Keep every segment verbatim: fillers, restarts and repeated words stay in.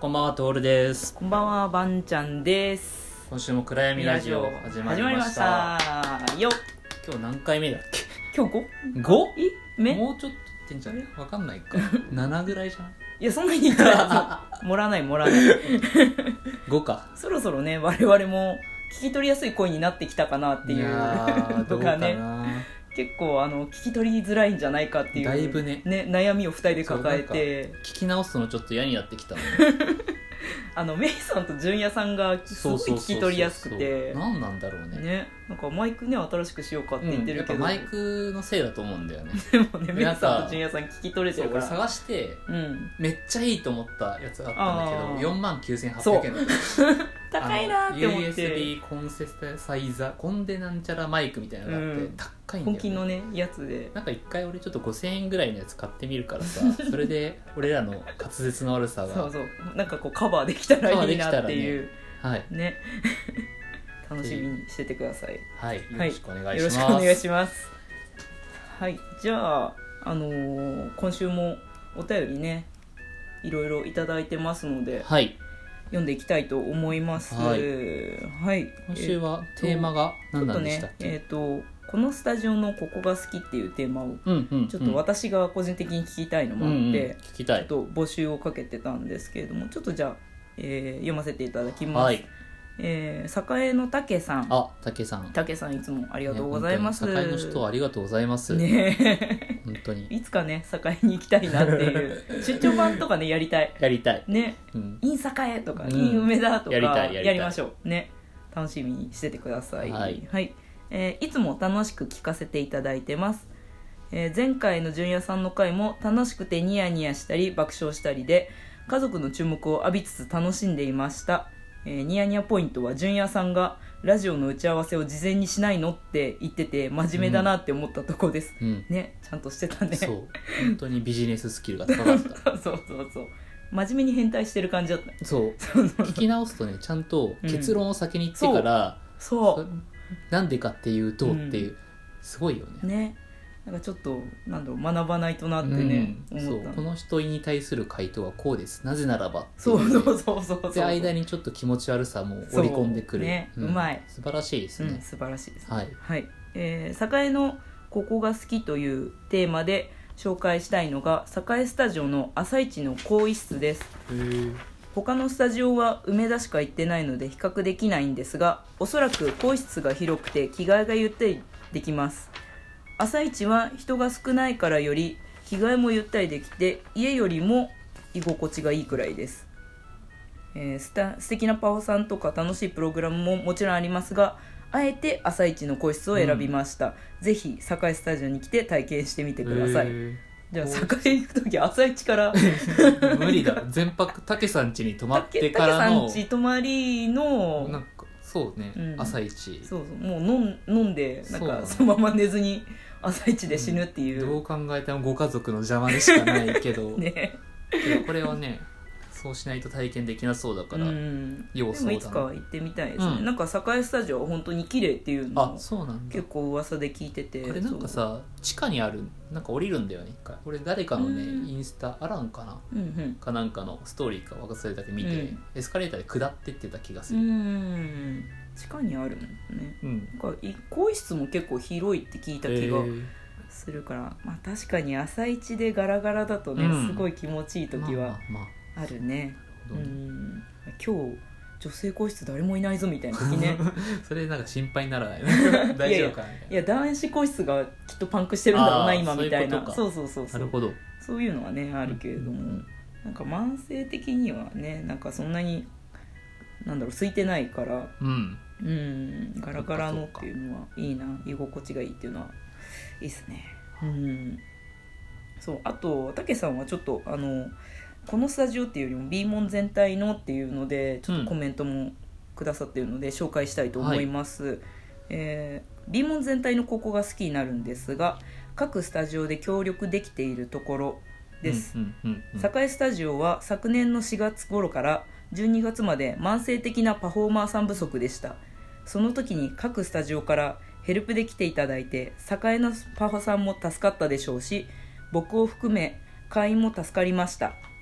こんばんは、トールです。 こんばんは、ばんちゃんです。 今週も暗闇ラジオ始まりました。 始まりましたよ。 今日何回目だっけ？ 今日ご? い目もうちょっとってんじゃね？わかんないか。ななぐらいじゃん。 いや、そんなに言ったら盛らない盛らないごか。 そろそろね、我々も聞き取りやすい声になってきたかなっていうのがね、結構あの聞き取りづらいんじゃないかっていうだいぶねね悩みをふたりで抱えて、 聞き直すのちょっと嫌になってきたのあのメイさんと純也さんがすごい聞き取りやすくて、 何なんだろうね。 ね、なんかマイクね新しくしようかって言ってるけど、 うん、マイクのせいだと思うんだよね。 でもね、メイさんと純也さん聞き取れてるから、 俺探して、 うん、 めっちゃいいと思ったやつがあったんだけど、よんまんきゅうせんはっぴゃくえんだった。 高いなって思って、 ユーエスビー コンセサイザーコンデなんちゃらマイクみたいなのがあって、うん、高いんだよね。 本気のねやつで、 なんか一回俺ちょっとごせんえんぐらいのやつ買ってみるからさそれで俺らの滑舌の悪さがそうそう、なんかこうカバーできたらいいなっていう、 ね、はいね楽しみにしててください。 はい、よろしくお願いします。 はい、よろしくお願いします。はい、じゃあ、あのー、今週もお便りねいろいろいただいてますので、 はい、 読んでいきたいと思います。 はい、 はい、 今週はテーマが何なんでしたっけ？ えっと、ね、えーとこのスタジオのここが好きっていうテーマを、 うんうんうん、 ちょっと私が個人的に聞きたいのもあって、うんうん、 聞きたい。 ちょっと募集をかけてたんですけれども、ちょっとじゃあ、えー、読ませていただきます。はい、えー、栄のたけさん。 あ、たけさん。 たけさんいつもありがとうございます。 ね、栄の人ありがとうございます。 ね、 本当に。 いつかね栄に行きたいなっていう出張版とかねやりたい。 やりたい。 ね、うん、イン栄とか、うん、イン梅田とかやりたいやりたいやりましょうね。楽しみにしててください。はい。はい、えー、いつも楽しく聞かせていただいてます。えー、前回の純也さんの回も楽しくてニヤニヤしたり爆笑したりで家族の注目を浴びつつ楽しんでいました。えー、ニヤニヤポイントは純也さんがラジオの打ち合わせを事前にしないのって言ってて真面目だなって思ったとこです、うん、ね、ちゃんとしてたね。 そう、本当にビジネススキルが高かったそうそうそう、真面目に変態してる感じだった。 そう聞き直すとね、ちゃんと結論を先に言ってから、うん、 そうそうなんでかっていうとっていう、うん、すごいよね。 ね、なんかちょっとなんだろう、学ばないとなってね、うん、思った。 そう、この人に対する回答はこうです、なぜならばっていう、 そうそうそうそうそう、 で間にちょっと気持ち悪さも織り込んでくる、 ね、うん、うまい、 素晴らしいですね、 うん、素晴らしいです、 はい、 はい、えー、栄のここが好きというテーマで紹介したいのが栄スタジオの朝一の更衣室です。 へー、 他のスタジオは梅田しか行ってないので比較できないんですが、おそらく更衣室が広くて着替えがゆったりできます。朝一は人が少ないからより着替えもゆったりできて家よりも居心地がいいくらいです。えー、スタ素敵なパフォさんとか楽しいプログラムももちろんありますが、あえて朝一の個室を選びました、うん、ぜひ栄スタジオに来て体験してみてください。じゃあ栄行くとき朝一から無理だ、全泊たけさん家に泊まってからの、 たけさん家泊まりのなんかそうね、うん、朝一、 そうそう、もう飲ん、飲んでなんかそのまま寝ずに朝一で死ぬっていう、 うん、どう考えてもご家族の邪魔でしかないけど、 ね、 けどこれはねそうしないと体験できなそうだから、うん、要素だな。でもいつかは行ってみたいですね、うん、なんか栄スタジオは本当に綺麗っていうのを結構噂で聞いてて、 これなんかさ地下にある、なんか降りるんだよね一回。俺誰かのね、うん、インスタアランかな、うんうん、かなんかのストーリーか忘れたけど見て、うん、エスカレーターで下ってってた気がする。 うん、地下にあるんだね、うん、なんか更衣室も結構広いって聞いた気がするから、まあ、確かに朝一でガラガラだとね、うん、すごい気持ちいい時はあるね。うん、今日女性更衣室誰もいないぞみたいな時ねそれなんか心配にならない大丈夫かなみたいな。 いや男子更衣室がきっとパンクしてるんだろうな今みたいな。 そうそうそうそう、 なるほど、 そういうのはねあるけれども、うん、なんか慢性的にはねなんかそんなになんだろう空いてないから、 うんうん、ガラガラのっていうのはいいな、居心地がいいっていうのはいいですね。うん、そう、あとたけさんはちょっとあのこのスタジオっていうよりも B 門全体のっていうのでちょっとコメントもくださっているので紹介したいと思います、はい、えー、B 門全体のここが好きになるんですが、各スタジオで協力できているところです、うんうんうんうん、栄スタジオは昨年のしがつ頃からじゅうにがつまで慢性的なパフォーマーさん不足でした。その時に各スタジオからヘルプで来ていただいて、栄のパフォさんも助かったでしょうし、僕を含め会員も助かりました。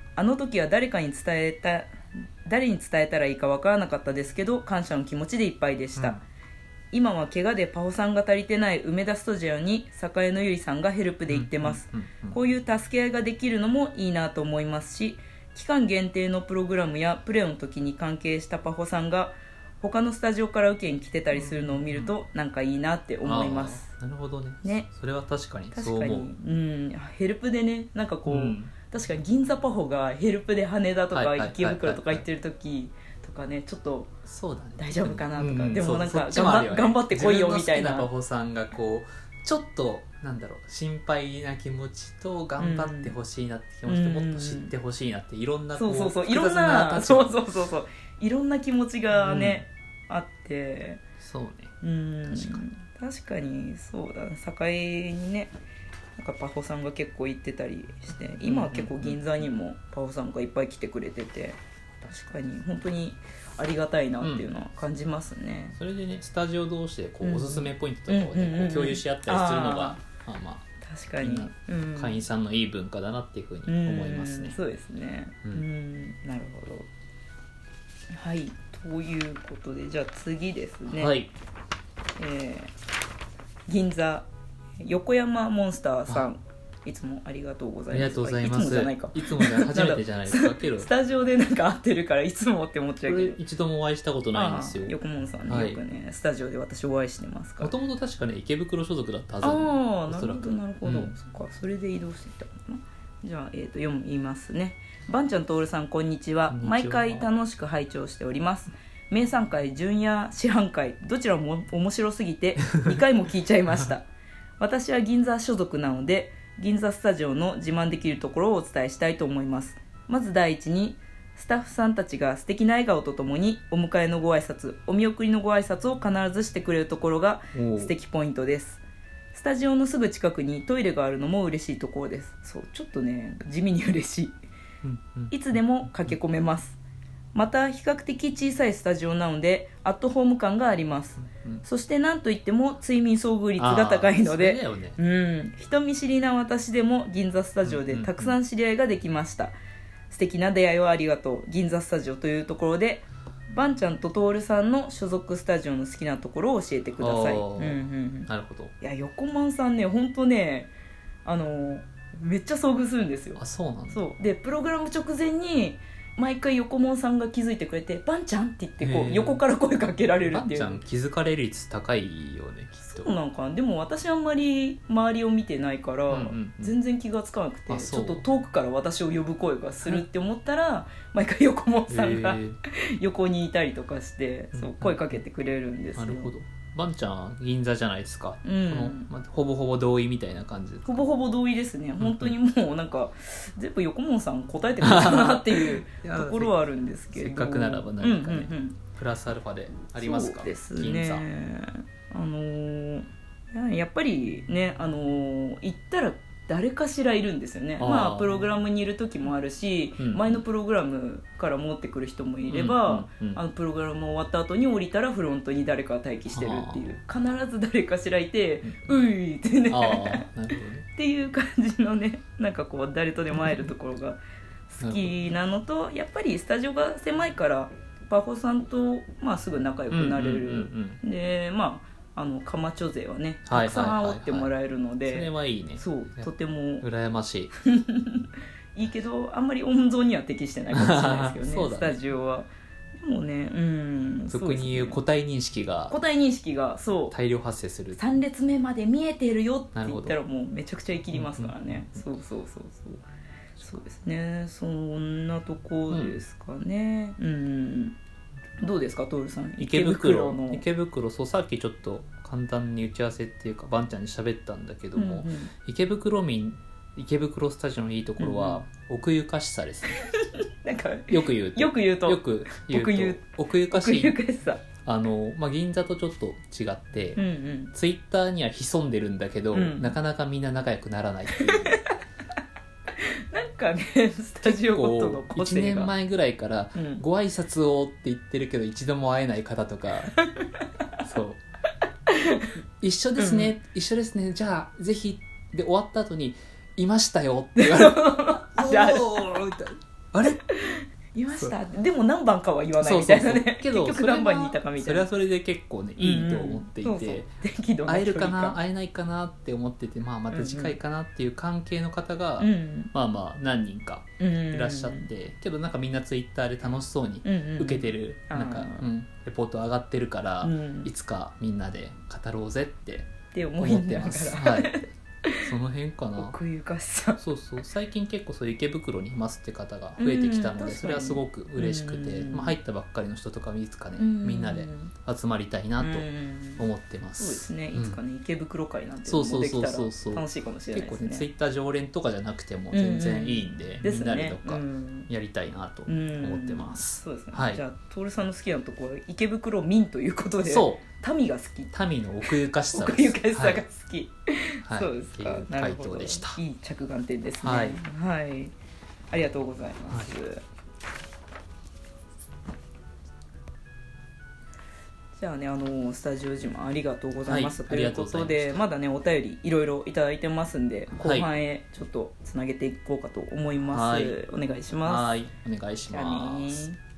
あの時は誰かに伝えた誰に伝えたらいいか分からなかったですけど感謝の気持ちでいっぱいでした、うん、今は怪我でパホさんが足りてない梅田スタジオに栄のゆりさんがヘルプで行ってます、うんうんうんうん、こういう助け合いができるのもいいなと思いますし、期間限定のプログラムやプレの時に関係したパホさんが他のスタジオから受けに来てたりするのを見るとなんかいいなって思います。 なるほど ね, ねそれは確かにそう思う。 確かに、うん、ヘルプでねなんかこう、うん、確かに銀座パホがヘルプで羽田とか池袋とか行ってる時とかねちょっとそうだね大丈夫かなとか、うん、でもなんか頑 張,、 ね、頑張ってこいよみたいな。 自分の好きなパホさんがこうちょっとなんだろう心配な気持ちと頑張ってほしいなって気持ちと、もっと知ってほしいなっていろんなこうそうそうそういろんなそうそうそうそういろんな気持ちがね、うん、あってそうねうん確かに確かにそうだ栄にねなんかパホさんが結構行ってたりして今は結構銀座にもパホさんがいっぱい来てくれてて確かに本当にありがたいなっていうのは感じますね、 うん、それでねスタジオ同士でこうおすすめポイントとかを、ね、こう共有し合ったりするのが、まあまあ確かに会員さんのいい文化だなっていうふうに思いますね、 うん、そうですね、うん、うんなるほど。はいということでじゃあ次ですね、 はいえー、銀座横山モンスターさんいつもありがとうございます。 ありがとうございます。 いつもじゃないか。 いつもじゃ初めてじゃないですか。けどスタジオでなんか会ってるからいつもって思っちゃうけど。 一度もお会いしたことないんですよ。 横門さんね、はい、よくねスタジオで私お会いしてますから。 もともと確かね池袋所属だったはず。 ああなるほどなるほど。うん、そっかそれで移動していったのかな。じゃあ、えー、と読みますね。ばんちゃんとおるさんこんにちは。毎回楽しく拝聴しております。名産会純也師範会どちらも面白すぎてにかいも聞いちゃいました私は銀座所属なので銀座スタジオの自慢できるところをお伝えしたいと思います。まず第一にスタッフさんたちが素敵な笑顔とともにお迎えのご挨拶お見送りのご挨拶を必ずしてくれるところが素敵ポイントです。スタジオのすぐ近くにトイレがあるのも嬉しいところです。そうちょっとね地味に嬉しいいつでも駆け込めます。また比較的小さいスタジオなのでアットホーム感があります、うん、そして何といっても睡眠遭遇率が高いので、ねうん、人見知りな私でも銀座スタジオでたくさん知り合いができました、うんうんうん、素敵な出会いをありがとう銀座スタジオというところでばんちゃんととおるさんの所属スタジオの好きなところを教えてください、うんうんうん、 なるほど。 いや横門さんね本当ねあのめっちゃ遭遇するんですよ。 あそうなんだ。 そうでプログラム直前に毎回横門さんが気づいてくれてバンちゃんって言ってこう横から声かけられるっていう。 バンちゃん気づかれる率高いよねきっと。 そうなんかな。でも私あんまり周りを見てないから、うんうんうん、全然気がつかなくてちょっと遠くから私を呼ぶ声がするって思ったら、毎回横門さんが横にいたりとかしてそう声かけてくれるんですよ。 なるほど。バンちゃん銀座じゃないですか、 うん、 この、ま、ほぼほぼ同意みたいな感じですか。 ほぼほぼ同意ですね。本当にもうなんか全部横門さん答えてくれたなっていうところはあるんですけどせっかくならば何かね、 うんうんうん、 プラスアルファでありますか。 そうですね、銀座あのー、やっぱりね、あのー、行ったら誰かしらいるんですよね。あ、まあプログラムにいる時もあるし、うん、前のプログラムから持ってくる人もいれば、うんうんうん、あのプログラム終わった後に降りたらフロントに誰かが待機してるっていう必ず誰かしらいて、うん、ういってね、 あなるほどねっていう感じのね、なんかこう誰とでも会えるところが好きなのとやっぱりスタジオが狭いからパホさんと、まあ、すぐ仲良くなれる、うんうんうんうん、でまああのカマチョ勢はねたくさん煽ってもらえるので、はいはいはいはい、それはいいね。 そうとても羨ましいいいけどあんまり温存には適してないかもしれないですけどねねスタジオは。でもね、うん、 俗に言う個体認識が個体認識がそう大量発生する。 さん列目まで見えてるよって言ったらもうめちゃくちゃ生きりますからね、うんうんうん、そうそうそうそうそうですね。そんなとこですかね、うん、うんどうですかトールさん。 池袋の池袋そうさっきちょっと簡単に打ち合わせっていうかバンちゃんに喋ったんだけども、うんうん、池袋民池袋スタジオのいいところは、うん、奥ゆかしさですねなんかよく言うとよく言うとよく言うと言う奥ゆかしい。 奥ゆかしさあの、まあ、銀座とちょっと違って、 うんうん、 ツイッターには潜んでるんだけど、うん、なかなかみんな仲良くならないっていうなんかねスタジオごとの個性がいちねんまえぐらいからご挨拶をって言ってるけど一度も会えない方とかそう一緒ですね、うん、一緒ですねじゃあぜひで終わった後にいましたよって言われるおーみたいなあれいましたでも何番かは言わないみたいなね。 そうそうそうけど結局何番にいたかみたいな。 それはそれで結構ねいいと思っていて、 うんうん、そうそう会えるかな会えないかなって思ってて、まあ、また次回かなっていう関係の方が、 うんうん、 まあまあ何人かいらっしゃって、うんうん、けどなんかみんなツイッターで楽しそうに受けてる、うんうん、なんか、うん、レポート上がってるから、うん、いつかみんなで語ろうぜって思ってます。はいその辺かな。 奥ゆかしさ。 そうそう最近結構そういう池袋にいますって方が増えてきたので、うん、それはすごく嬉しくて、まあ、入ったばっかりの人とかいつかね、うん、みんなで集まりたいなと思ってます。 そうですねいつかね、うん、池袋会なんていうのもできたら楽しいかもしれないですね。 結構ねツイッター常連とかじゃなくても全然いいんで、うんうん、みんなでどっかやりたいなと思ってます。 うんうん、そうですね、はい、じゃあ徹さんの好きなところは池袋民ということで、そう民が好き民の奥ゆかしさです。 奥ゆかしさが好き、 はい、 そうですか、 っていう回答でした。 いい着眼点ですね。 はい、 はい、ありがとうございます。はい、じゃあねあのスタジオ自慢ありがとうございます、はい、ということでまだねお便りいろいろいただいてますんで後半へちょっとつなげていこうかと思います。はい、お願いします。 はいお願いします。